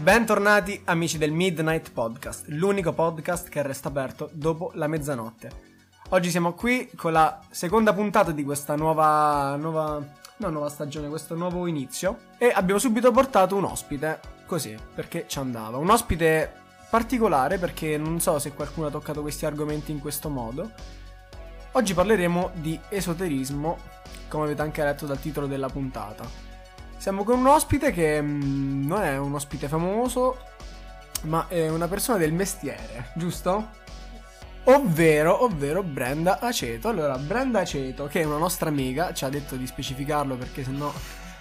Bentornati amici del Midnight Podcast, l'unico podcast che resta aperto dopo la mezzanotte. Oggi siamo qui con la seconda puntata di questa nuova stagione, questo nuovo inizio, e abbiamo subito portato un ospite, così, perché ci andava. Un ospite particolare perché non so se qualcuno ha toccato questi argomenti in questo modo. Oggi parleremo di esoterismo, come avete anche letto dal titolo della puntata. Siamo con un ospite che non è un ospite famoso, ma è una persona del mestiere, giusto? Ovvero Brenda Aceto. Allora, Brenda Aceto, che è una nostra amica, ci ha detto di specificarlo perché sennò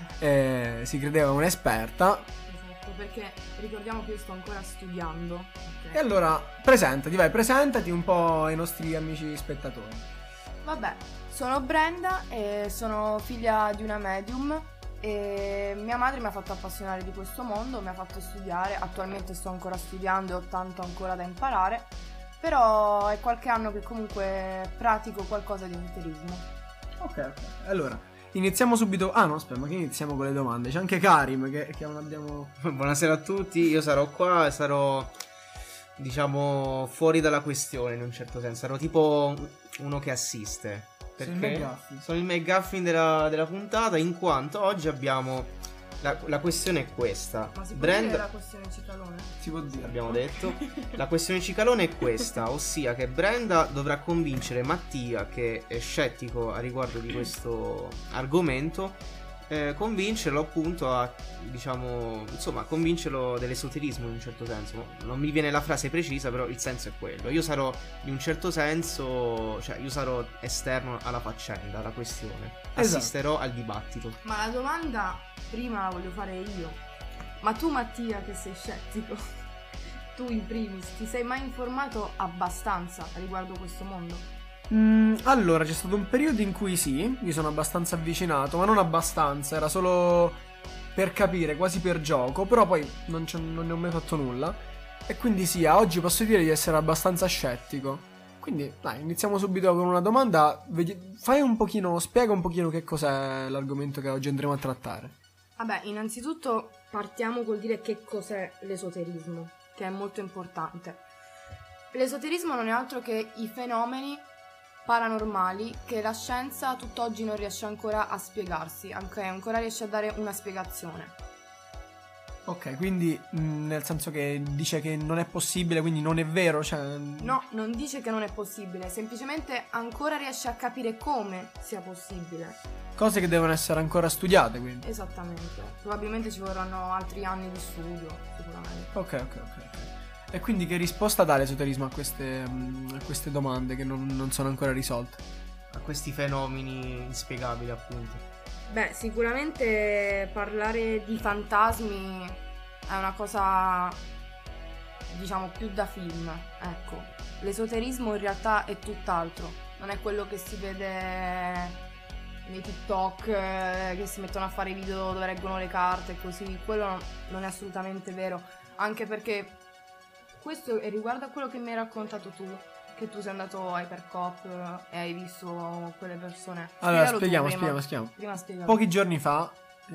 si credeva un'esperta. Esatto, perché ricordiamo che io sto ancora studiando. Okay. E allora, presentati un po' ai nostri amici spettatori. Vabbè, sono Brenda e sono figlia di una medium. E mia madre mi ha fatto appassionare di questo mondo, mi ha fatto studiare, attualmente sto ancora studiando e ho tanto ancora da imparare, però è qualche anno che comunque pratico qualcosa di esoterismo. Ok, allora iniziamo subito. Ah no, aspetta, ma che iniziamo con le domande? C'è anche Karim che non abbiamo. Buonasera a tutti, io sarò qua e sarò, diciamo, fuori dalla questione in un certo senso, sarò tipo uno che assiste. Perché sono il McGuffin della puntata, in quanto oggi abbiamo la questione è questa. Ma si può dire la questione cicalone? Si può dire. Abbiamo detto. La questione cicalone è questa, ossia che Brenda dovrà convincere Mattia, che è scettico a riguardo di questo argomento, convincerlo appunto a, diciamo, insomma, convincerlo dell'esoterismo in un certo senso. Non mi viene la frase precisa, però il senso è quello. Io sarò in un certo senso, cioè io sarò esterno alla faccenda, alla questione. Assisterò al dibattito. Ma la domanda prima la voglio fare io. Ma tu, Mattia, che sei scettico, tu in primis, ti sei mai informato abbastanza riguardo questo mondo? Allora, c'è stato un periodo in cui sì, mi sono abbastanza avvicinato, ma non abbastanza, era solo per capire, quasi per gioco, però poi non ne ho mai fatto nulla. E quindi sì, a oggi posso dire di essere abbastanza scettico. Quindi, dai, iniziamo subito con una domanda. Spiega un pochino che cos'è l'argomento che oggi andremo a trattare. Vabbè, innanzitutto partiamo col dire che cos'è l'esoterismo, che è molto importante. L'esoterismo non è altro che i fenomeni paranormali che la scienza tutt'oggi non riesce ancora a spiegarsi, anche ancora riesce a dare una spiegazione. Ok, quindi nel senso che dice che non è possibile, quindi non è vero, cioè. No, non dice che non è possibile, semplicemente ancora riesce a capire come sia possibile. Cose che devono essere ancora studiate, quindi. Esattamente, probabilmente ci vorranno altri anni di studio, sicuramente. Ok. E quindi che risposta dà l'esoterismo a queste domande che non sono ancora risolte? A questi fenomeni inspiegabili, appunto. Beh, sicuramente parlare di fantasmi è una cosa, diciamo, più da film, ecco. L'esoterismo in realtà è tutt'altro, non è quello che si vede nei TikTok, che si mettono a fare i video dove reggono le carte e così. Quello non è assolutamente vero, anche perché questo è riguardo a quello che mi hai raccontato tu, che tu sei andato a Hypercop e hai visto quelle persone. Allora, spieghiamo. Prima spiegalo. Pochi giorni fa,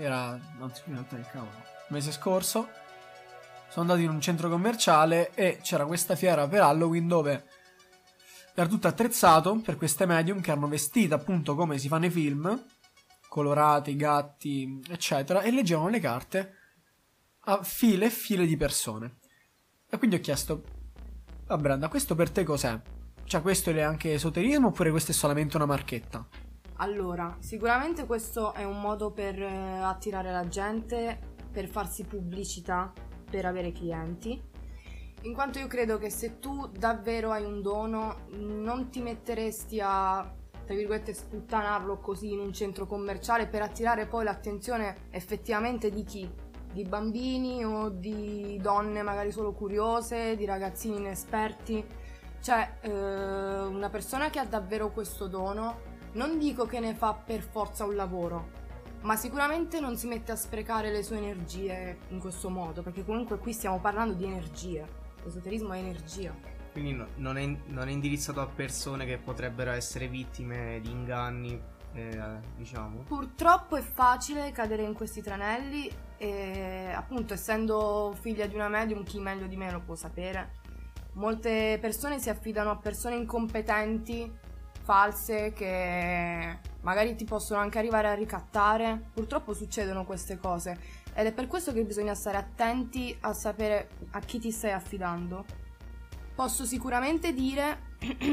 mese scorso, sono andato in un centro commerciale e c'era questa fiera per Halloween dove era tutto attrezzato per queste medium che erano vestite appunto come si fa nei film, colorati, gatti, eccetera, e leggevano le carte a file e file di persone. E quindi ho chiesto: ah, Brenda, questo per te cos'è? Cioè, questo è anche esoterismo oppure questo è solamente una marchetta? Allora, sicuramente questo è un modo per attirare la gente, per farsi pubblicità, per avere clienti. In quanto io credo che se tu davvero hai un dono, non ti metteresti a, tra virgolette, sputtanarlo così in un centro commerciale per attirare poi l'attenzione effettivamente di chi? Di bambini o di donne magari solo curiose, di ragazzini inesperti. Cioè, una persona che ha davvero questo dono, non dico che ne fa per forza un lavoro, ma sicuramente non si mette a sprecare le sue energie in questo modo, perché comunque qui stiamo parlando di energie. L'esoterismo è energia. Quindi non è indirizzato a persone che potrebbero essere vittime di inganni, diciamo. Purtroppo è facile cadere in questi tranelli E appunto, essendo figlia di una medium, chi meglio di me lo può sapere. Molte persone si affidano a persone incompetenti, false, che magari ti possono anche arrivare a ricattare. Purtroppo succedono queste cose ed è per questo che bisogna stare attenti a sapere a chi ti stai affidando. Posso sicuramente dire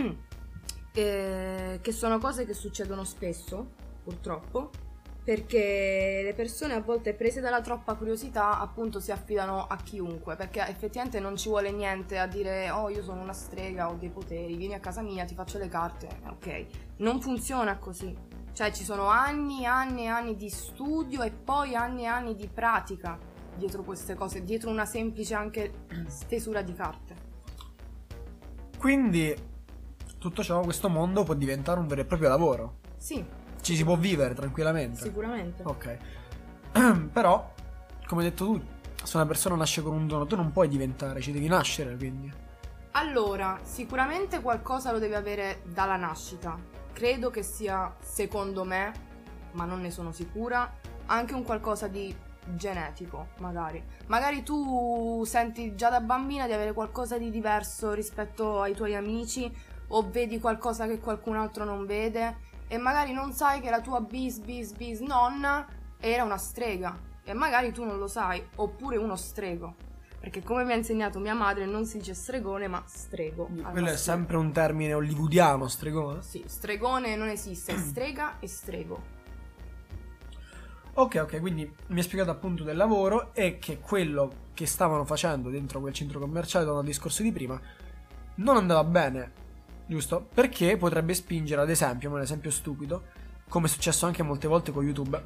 che sono cose che succedono spesso, purtroppo, perché le persone a volte, prese dalla troppa curiosità, appunto si affidano a chiunque, perché effettivamente non ci vuole niente a dire oh, io sono una strega, ho dei poteri, vieni a casa mia, ti faccio le carte. Ok, non funziona così, cioè ci sono anni e anni e anni di studio e poi anni e anni di pratica dietro queste cose, dietro una semplice anche stesura di carte. Quindi tutto ciò, questo mondo può diventare un vero e proprio lavoro. Sì, Ci si può vivere tranquillamente. sicuramente. Ok. Però, come hai detto tu, se una persona nasce con un dono, tu non puoi diventare, ci devi nascere, quindi. Allora, sicuramente qualcosa lo devi avere dalla nascita. Credo che sia, secondo me, ma non ne sono sicura, anche un qualcosa di genetico, magari. Magari tu senti già da bambina di avere qualcosa di diverso rispetto ai tuoi amici, o vedi qualcosa che qualcun altro non vede, e magari non sai che la tua bis nonna era una strega, e magari tu non lo sai, oppure uno strego. Perché come mi ha insegnato mia madre non si dice stregone ma strego. Quello è sempre un termine hollywoodiano, stregone. Sì, stregone non esiste, strega e strego. Ok, quindi mi hai spiegato appunto del lavoro e che quello che stavano facendo dentro quel centro commerciale, da un discorso di prima, non andava bene, giusto? Perché potrebbe spingere, ad esempio, un esempio stupido, come è successo anche molte volte con YouTube.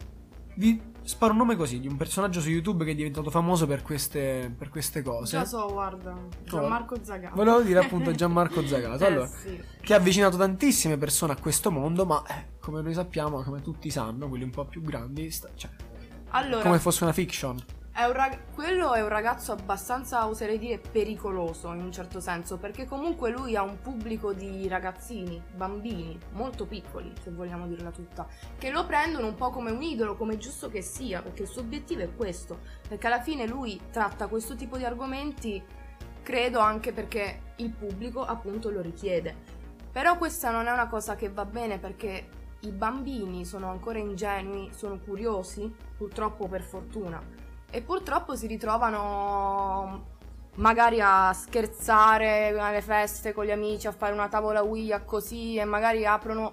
Vi sparo un nome così, di un personaggio su YouTube che è diventato famoso per queste cose. Già so, guarda, Gianmarco Zagato. Volevo dire appunto Gianmarco Zagato, allora, sì. che ha avvicinato tantissime persone a questo mondo, ma come noi sappiamo, come tutti sanno, quelli un po' più grandi, cioè, Allora, come fosse una fiction. quello è un ragazzo abbastanza, oserei dire, pericoloso in un certo senso, perché comunque lui ha un pubblico di ragazzini, bambini, molto piccoli, se vogliamo dirla tutta, che lo prendono un po' come un idolo, come è giusto che sia, perché il suo obiettivo è questo, perché alla fine lui tratta questo tipo di argomenti, credo anche perché il pubblico appunto lo richiede. Però questa non è una cosa che va bene, perché i bambini sono ancora ingenui, sono curiosi, purtroppo, per fortuna. E purtroppo si ritrovano magari a scherzare alle feste con gli amici, a fare una tavola Ouija così, e magari aprono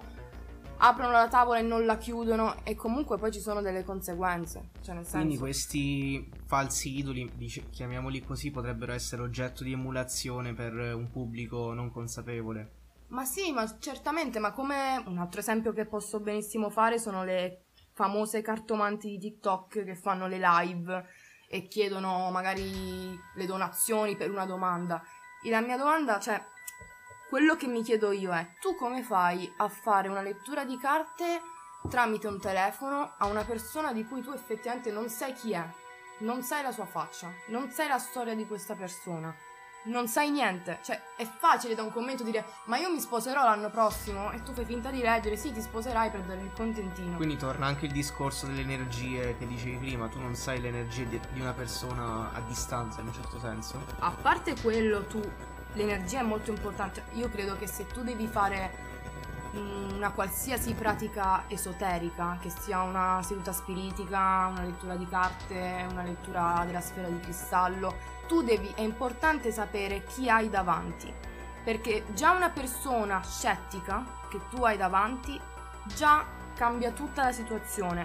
la tavola e non la chiudono, e comunque poi ci sono delle conseguenze. Cioè, nel senso... Quindi questi falsi idoli, chiamiamoli così, potrebbero essere oggetto di emulazione per un pubblico non consapevole. Ma sì, ma certamente, ma come un altro esempio che posso benissimo fare sono le famose cartomanti di TikTok che fanno le live e chiedono magari le donazioni per una domanda. E la mia domanda, cioè, quello che mi chiedo io è: tu come fai a fare una lettura di carte tramite un telefono a una persona di cui tu effettivamente non sai chi è, non sai la sua faccia, non sai la storia di questa persona, non sai niente? Cioè, è facile da un commento dire ma io mi sposerò l'anno prossimo, e tu fai finta di leggere sì, ti sposerai per dare il contentino. Quindi torna anche il discorso delle energie che dicevi prima, tu non sai le energie di una persona a distanza, in un certo senso. A parte quello, l'energia è molto importante. Io credo che se tu devi fare una qualsiasi pratica esoterica, che sia una seduta spiritica, una lettura di carte, una lettura della sfera di cristallo, è importante sapere chi hai davanti, perché già una persona scettica che tu hai davanti già cambia tutta la situazione.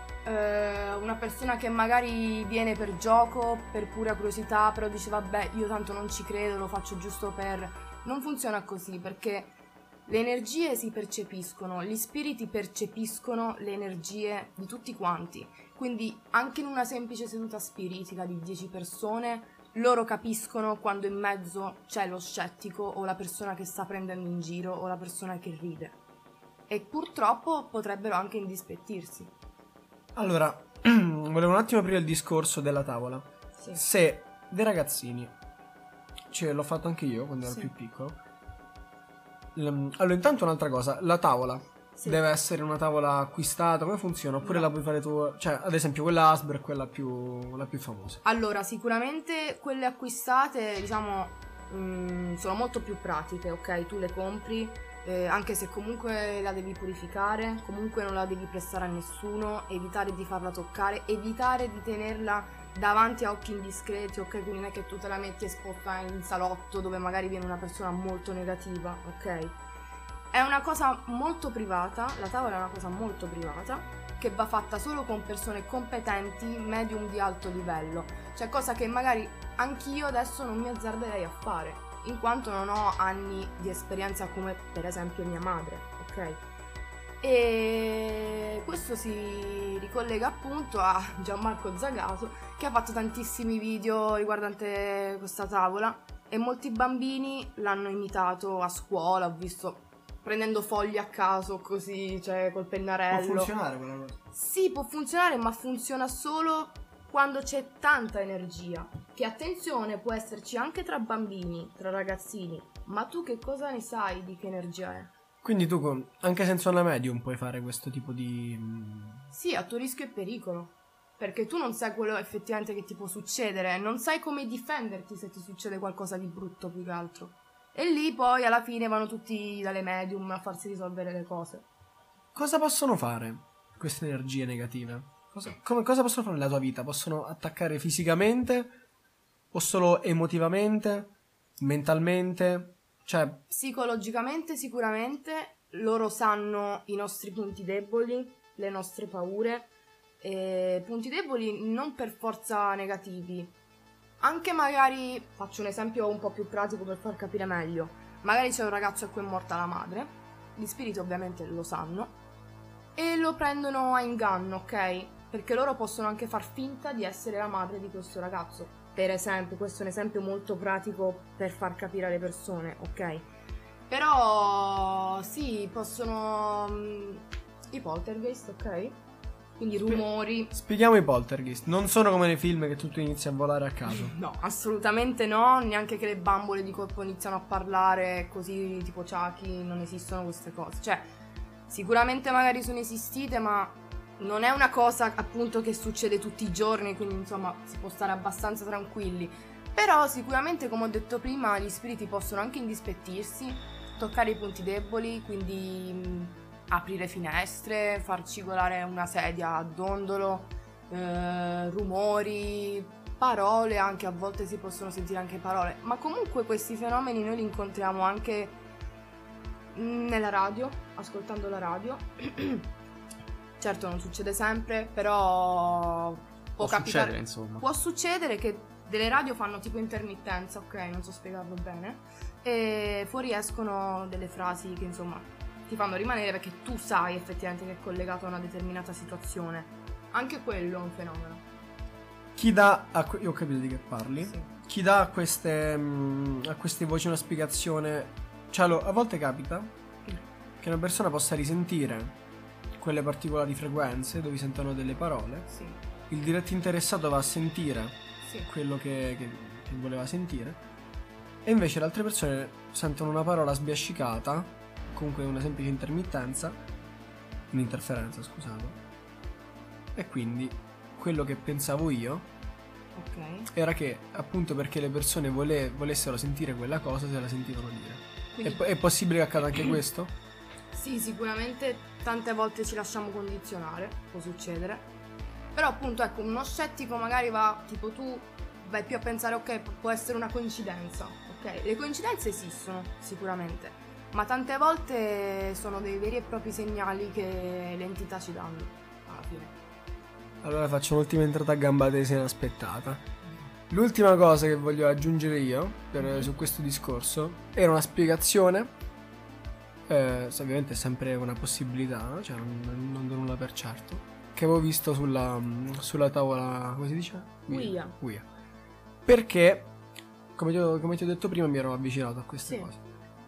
Una persona che magari viene per gioco, per pura curiosità, però dice vabbè, io tanto non ci credo, lo faccio giusto per... Non funziona così, perché le energie si percepiscono, gli spiriti percepiscono le energie di tutti quanti, quindi anche in una semplice seduta spiritica di 10 persone loro capiscono quando in mezzo c'è lo scettico o la persona che sta prendendo in giro o la persona che ride, e purtroppo potrebbero anche indispettirsi. Allora, volevo un attimo aprire il discorso della tavola. Sì. Se dei ragazzini, cioè l'ho fatto anche io quando ero Sì. più piccolo. Allora, intanto un'altra cosa, la tavola Sì. deve essere una tavola acquistata? Come funziona? Oppure No. la puoi fare tu? Cioè, ad esempio, quella Hasbro è quella più famosa. Allora, sicuramente quelle acquistate, diciamo, sono molto più pratiche, ok? Tu le compri, anche se comunque la devi purificare, comunque non la devi prestare a nessuno, evitare di farla toccare, evitare di tenerla davanti a occhi indiscreti, ok? Quindi non è che tu te la metti esposta in salotto dove magari viene una persona molto negativa, ok? È una cosa molto privata, la tavola è una cosa molto privata, che va fatta solo con persone competenti, medium di alto livello, cioè cosa che magari anch'io adesso non mi azzarderei a fare, in quanto non ho anni di esperienza come per esempio mia madre, ok? E questo si ricollega appunto a Gianmarco Zagato, che ha fatto tantissimi video riguardante questa tavola e molti bambini l'hanno imitato a scuola, ho visto prendendo fogli a caso così, cioè col Può pennarello. funzionare quella cosa? Sì, può funzionare, ma funziona solo quando c'è tanta energia. Che attenzione, può esserci anche tra bambini, tra ragazzini, ma tu che cosa ne sai di che energia è? Quindi tu, anche senza una medium, puoi fare questo tipo di... Sì, a tuo rischio e pericolo. Perché tu non sai quello effettivamente che ti può succedere, non sai come difenderti se ti succede qualcosa di brutto più che altro. E lì poi alla fine vanno tutti dalle medium a farsi risolvere le cose. Cosa possono fare queste energie negative? Cosa possono fare nella tua vita? Possono attaccare fisicamente o solo emotivamente, mentalmente? Cioè, Psicologicamente sicuramente loro sanno i nostri punti deboli, le nostre paure, punti deboli non per forza negativi. Anche magari, faccio un esempio un po' più pratico per far capire meglio, magari c'è un ragazzo a cui è morta la madre, gli spiriti ovviamente lo sanno, e lo prendono a inganno, ok? Perché loro possono anche far finta di essere la madre di questo ragazzo. Per esempio, questo è un esempio molto pratico per far capire alle persone, ok? Però sì, possono... i poltergeist, ok? Quindi rumori. spieghiamo i poltergeist. Non sono come nei film che tutto inizia a volare a caso. No, assolutamente no, neanche che le bambole di colpo iniziano a parlare così tipo Chucky, non esistono queste cose. Cioè, sicuramente magari sono esistite, ma non è una cosa appunto che succede tutti i giorni, quindi insomma si può stare abbastanza tranquilli. Però sicuramente, come ho detto prima, gli spiriti possono anche indispettirsi, toccare i punti deboli, quindi aprire finestre, far cigolare una sedia a dondolo, rumori, parole, anche a volte si possono sentire anche parole, ma comunque questi fenomeni noi li incontriamo anche nella radio, ascoltando la radio. Certo non succede sempre, però Può capitare, succedere, insomma. può succedere che delle radio fanno tipo intermittenza, ok, non so spiegarlo bene, e fuori escono delle frasi che insomma ti fanno rimanere perché tu sai effettivamente che è collegato a una determinata situazione. Anche quello è un fenomeno. Chi dà io ho capito di che parli. Sì. Chi dà a queste voci una spiegazione. Cioè, a volte capita che una persona possa risentire quelle particolari frequenze dove sentono delle parole. Sì. Il diretto interessato va a sentire Sì. quello che voleva sentire. E invece le altre persone sentono una parola sbiascicata, comunque una semplice un'interferenza, scusate. E quindi quello che pensavo io Ok. era che appunto perché le persone volessero sentire quella cosa se la sentivano dire. Quindi È possibile che accada anche questo? sì, sicuramente tante volte ci lasciamo condizionare, può succedere. Però appunto ecco, uno scettico magari va, tipo tu vai più a pensare ok, può essere una coincidenza, ok? Le coincidenze esistono sicuramente, ma tante volte sono dei veri e propri segnali che le entità ci danno alla fine. Allora faccio un'ultima entrata a gamba tesa inaspettata. L'ultima cosa che voglio aggiungere io su questo discorso era una spiegazione. Ovviamente è sempre una possibilità, no? Cioè non do nulla per certo. Che avevo visto sulla tavola, come si dice? Ouija. Perché, come ti ho detto prima, mi ero avvicinato a queste Sì. cose.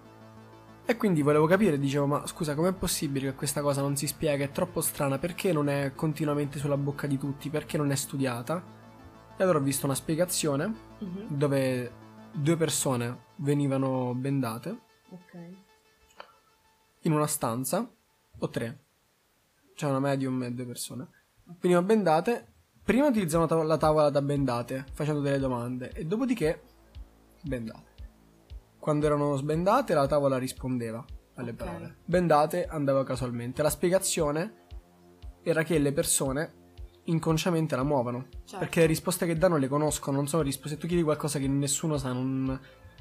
E quindi volevo capire, dicevo, ma scusa, com'è possibile che questa cosa non si spiega? È troppo strana, perché non è continuamente sulla bocca di tutti? Perché non è studiata? E allora ho visto una spiegazione Mhm. dove 2 persone venivano bendate Ok. in una stanza o 3. Cioè una medium e 2 persone. Venivano bendate. Prima utilizzavano la tavola da bendate, facendo delle domande, e dopodiché bendate. Quando erano sbendate la tavola rispondeva alle parole. Bendate andava casualmente. La spiegazione era che le persone inconsciamente la muovono. Certo. Perché le risposte che danno le conoscono, non sono risposte. Se tu chiedi qualcosa che nessuno sa, non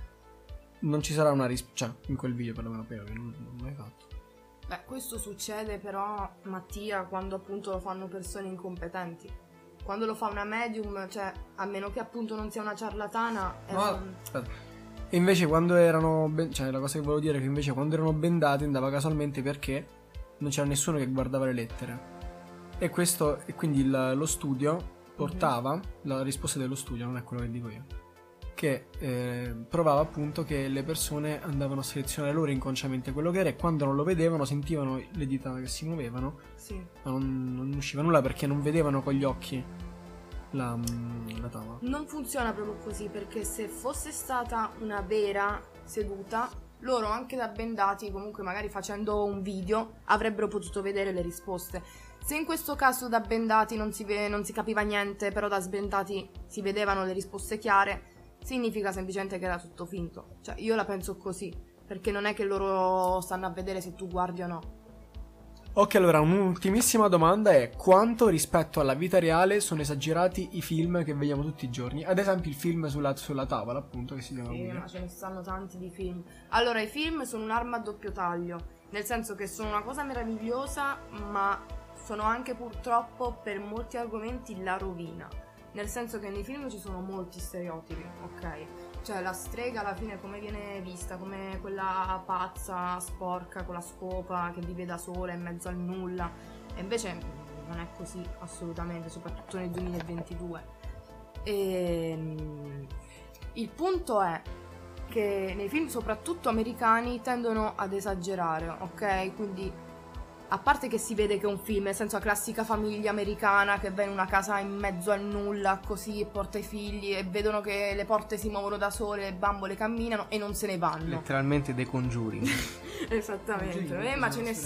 ci sarà una risposta. Cioè, in quel video perlomeno che non l'ho mai fatto. Beh, questo succede però, Mattia, quando appunto lo fanno persone incompetenti. Quando lo fa una medium, cioè, a meno che appunto non sia una ciarlatana... Aspetta. E invece quando erano... cioè, la cosa che volevo dire è che invece quando erano bendate andava casualmente perché non c'era nessuno che guardava le lettere. E quindi lo studio portava, la risposta dello studio, non è quello che dico io, che provava appunto che le persone andavano a selezionare loro inconsciamente quello che era, e quando non lo vedevano sentivano le dita che si muovevano, Sì. ma non usciva nulla perché non vedevano con gli occhi la tavola. Non funziona proprio così, perché se fosse stata una vera seduta, loro anche da bendati, comunque magari facendo un video, avrebbero potuto vedere le risposte. Se in questo caso da bendati non si capiva niente, però da sbendati si vedevano le risposte chiare, significa semplicemente che era tutto finto. Cioè, io la penso così, perché non è che loro stanno a vedere se tu guardi o no. Ok, allora un'ultimissima domanda è: quanto rispetto alla vita reale sono esagerati i film che vediamo tutti i giorni? Ad esempio il film sulla tavola, appunto, che si chiama Sì, ma ce ne stanno tanti di film. Allora, i film sono un'arma a doppio taglio, nel senso che sono una cosa meravigliosa, ma sono anche purtroppo per molti argomenti la rovina. Nel senso che nei film ci sono molti stereotipi, ok? Cioè la strega alla fine come viene vista, come quella pazza, sporca, con la scopa, che vive da sola in mezzo al nulla. E invece non è così assolutamente, soprattutto nel 2022. Il punto è che nei film soprattutto americani tendono ad esagerare, ok? Quindi a parte che si vede che è un film, nel senso la classica famiglia americana che va in una casa in mezzo al nulla così e porta i figli e vedono che le porte si muovono da sole, le bambole camminano e non se ne vanno. Letteralmente dei Conjuring. Esattamente. Ma ce ne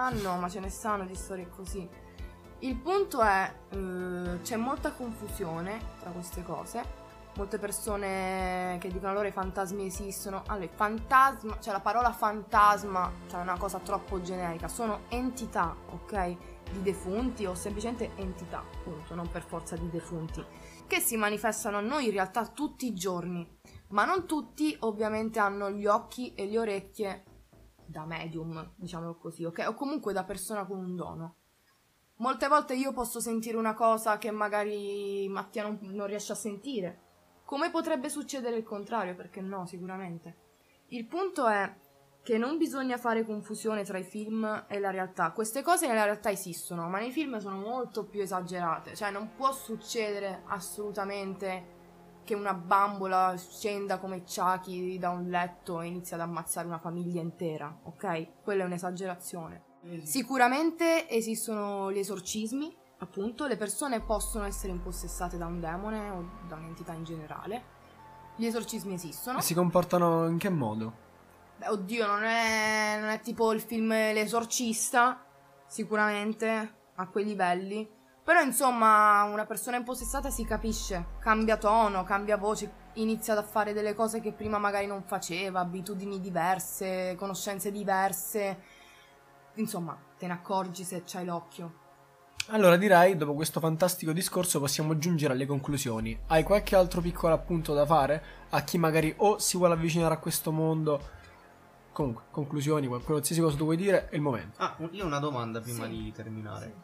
stanno di storie così. Il punto è, c'è molta confusione tra queste cose. Molte persone che dicono allora i fantasmi esistono. Allora, fantasma, cioè la parola fantasma, cioè è una cosa troppo generica. Sono entità, ok? Di defunti o semplicemente entità, appunto, non per forza di defunti, che si manifestano a noi in realtà tutti i giorni. Ma non tutti ovviamente hanno gli occhi e le orecchie da medium, diciamo così, ok? O comunque da persona con un dono. Molte volte io posso sentire una cosa che magari Mattia non riesce a sentire. Come potrebbe succedere il contrario? Perché no, sicuramente. Il punto è che non bisogna fare confusione tra i film e la realtà. Queste cose nella realtà esistono, ma nei film sono molto più esagerate. Cioè non può succedere assolutamente che una bambola scenda come Chucky da un letto e inizi ad ammazzare una famiglia intera, ok? Quella è un'esagerazione. Sicuramente esistono gli esorcismi. Appunto, le persone possono essere impossessate da un demone o da un'entità in generale. Gli esorcismi esistono. E si comportano in che modo? Beh, oddio, non è tipo il film L'esorcista, sicuramente, a quei livelli. Però, insomma, una persona impossessata si capisce, cambia tono, cambia voce, inizia a fare delle cose che prima magari non faceva, abitudini diverse, conoscenze diverse. Insomma, te ne accorgi se c'hai l'occhio. Allora direi, dopo questo fantastico discorso, possiamo giungere alle conclusioni. Hai qualche altro piccolo appunto da fare a chi magari o si vuole avvicinare a questo mondo? Comunque, conclusioni, qualsiasi cosa tu vuoi dire, è il momento. Io ho una domanda prima Sì. di terminare.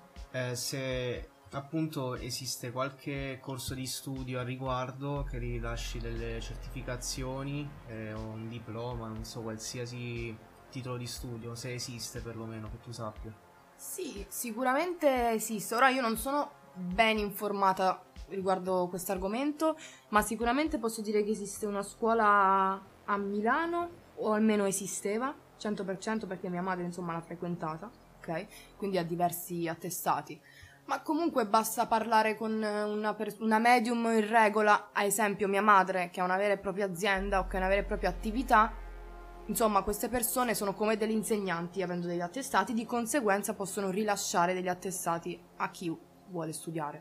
Se appunto esiste qualche corso di studio a riguardo che rilasci delle certificazioni o un diploma, non so, qualsiasi titolo di studio, se esiste perlomeno, che tu sappia. Sì, sicuramente esiste. Ora io non sono ben informata riguardo questo argomento, ma sicuramente posso dire che esiste una scuola a Milano, o almeno esisteva, 100% perché mia madre insomma l'ha frequentata, ok? Quindi ha diversi attestati. Ma comunque basta parlare con una medium in regola, ad esempio mia madre che ha una vera e propria azienda o che ha una vera e propria attività, insomma queste persone sono come degli insegnanti avendo degli attestati, di conseguenza possono rilasciare degli attestati a chi vuole studiare.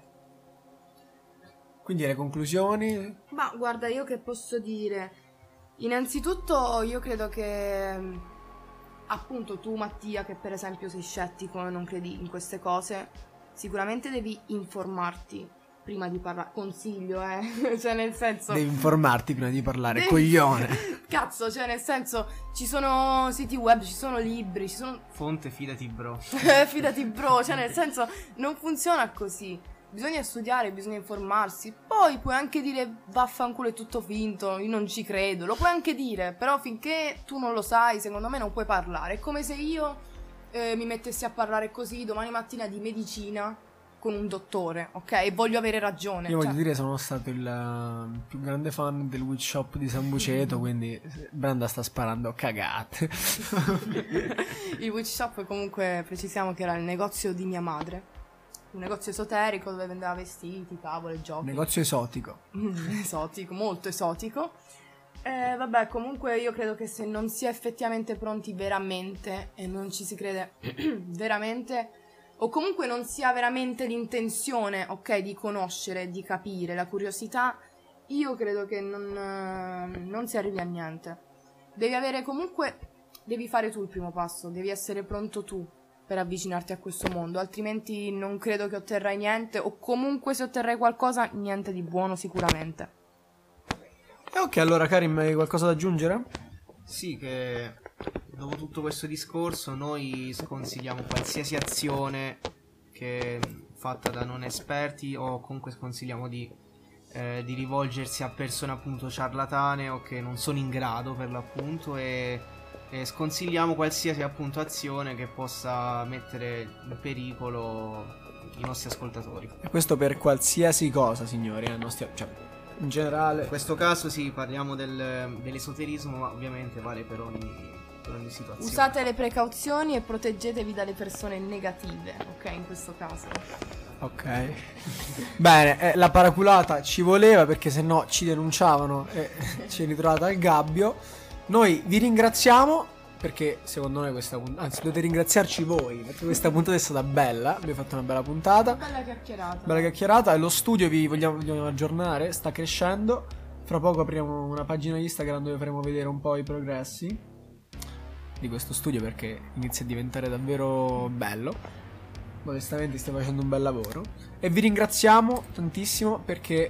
Quindi le conclusioni? Ma guarda, io che posso dire? Innanzitutto io credo che appunto tu Mattia, che per esempio sei scettico e non credi in queste cose, sicuramente devi informarti prima di parlare. Consiglio, cioè nel senso, devi informarti prima di parlare, coglione. Cazzo, cioè nel senso, ci sono siti web, ci sono libri, ci sono Fonte, fidati bro. fidati bro, cioè nel senso non funziona così. Bisogna studiare, bisogna informarsi. Poi puoi anche dire vaffanculo, è tutto finto, io non ci credo. Lo puoi anche dire, però finché tu non lo sai, secondo me non puoi parlare. È come se io mi mettessi a parlare così domani mattina di medicina con un dottore, ok? E voglio avere ragione. Io voglio dire, sono stato il più grande fan del witch shop di San Buceto, quindi Branda sta sparando cagate. Il witch shop, comunque, precisiamo che era il negozio di mia madre. Un negozio esoterico dove vendeva vestiti, tavole, giochi. Negozio esotico. Esotico, molto esotico. Vabbè, comunque io credo che se non si è effettivamente pronti veramente e non ci si crede veramente, o comunque non si ha veramente l'intenzione, ok, di conoscere, di capire, la curiosità, io credo che non si arrivi a niente. Devi avere comunque, devi fare tu il primo passo, devi essere pronto tu per avvicinarti a questo mondo, altrimenti non credo che otterrai niente, o comunque se otterrai qualcosa, niente di buono sicuramente. Ok, allora Karim, hai qualcosa da aggiungere? Sì, che dopo tutto questo discorso noi sconsigliamo qualsiasi azione che fatta da non esperti, o comunque sconsigliamo di rivolgersi a persone appunto ciarlatane o che non sono in grado per l'appunto, e sconsigliamo qualsiasi appunto azione che possa mettere in pericolo i nostri ascoltatori. E questo per qualsiasi cosa, signori, cioè, in generale. In questo caso sì, parliamo dell'esoterismo, ma ovviamente vale per ogni situazione. Usate le precauzioni e proteggetevi dalle persone negative, ok, in questo caso. Ok. Bene, la paraculata ci voleva, perché sennò ci denunciavano e ci è ritrovata al gabbio. Noi vi ringraziamo, perché secondo noi questa puntata, anzi dovete ringraziarci voi, perché questa puntata è stata bella, abbiamo fatto una bella puntata. Bella chiacchierata. Bella chiacchierata. E lo studio vi vogliamo aggiornare, sta crescendo. Fra poco apriamo una pagina Instagram dove faremo vedere un po' i progressi di questo studio, perché inizia a diventare davvero bello. Modestamente stiamo facendo un bel lavoro. E vi ringraziamo tantissimo perché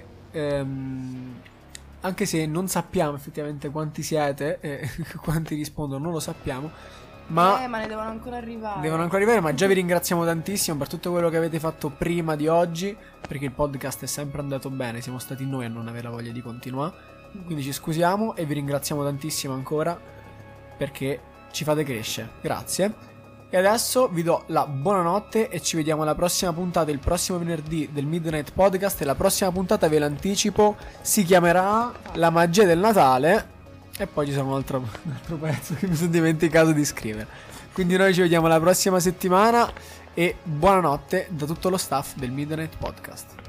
anche se non sappiamo effettivamente quanti siete e quanti rispondono, non lo sappiamo, ma ne devono ancora arrivare. Devono ancora arrivare, ma già vi ringraziamo tantissimo per tutto quello che avete fatto prima di oggi, perché il podcast è sempre andato bene, siamo stati noi a non avere la voglia di continuare. Quindi ci scusiamo e vi ringraziamo tantissimo ancora, perché ci fate crescere. Grazie. E adesso vi do la buonanotte e ci vediamo alla prossima puntata, il prossimo venerdì del Midnight Podcast. E la prossima puntata, ve l'anticipo, si chiamerà La magia del Natale. E poi ci sarà un altro pezzo che mi sono dimenticato di scrivere. Quindi noi ci vediamo la prossima settimana e buonanotte da tutto lo staff del Midnight Podcast.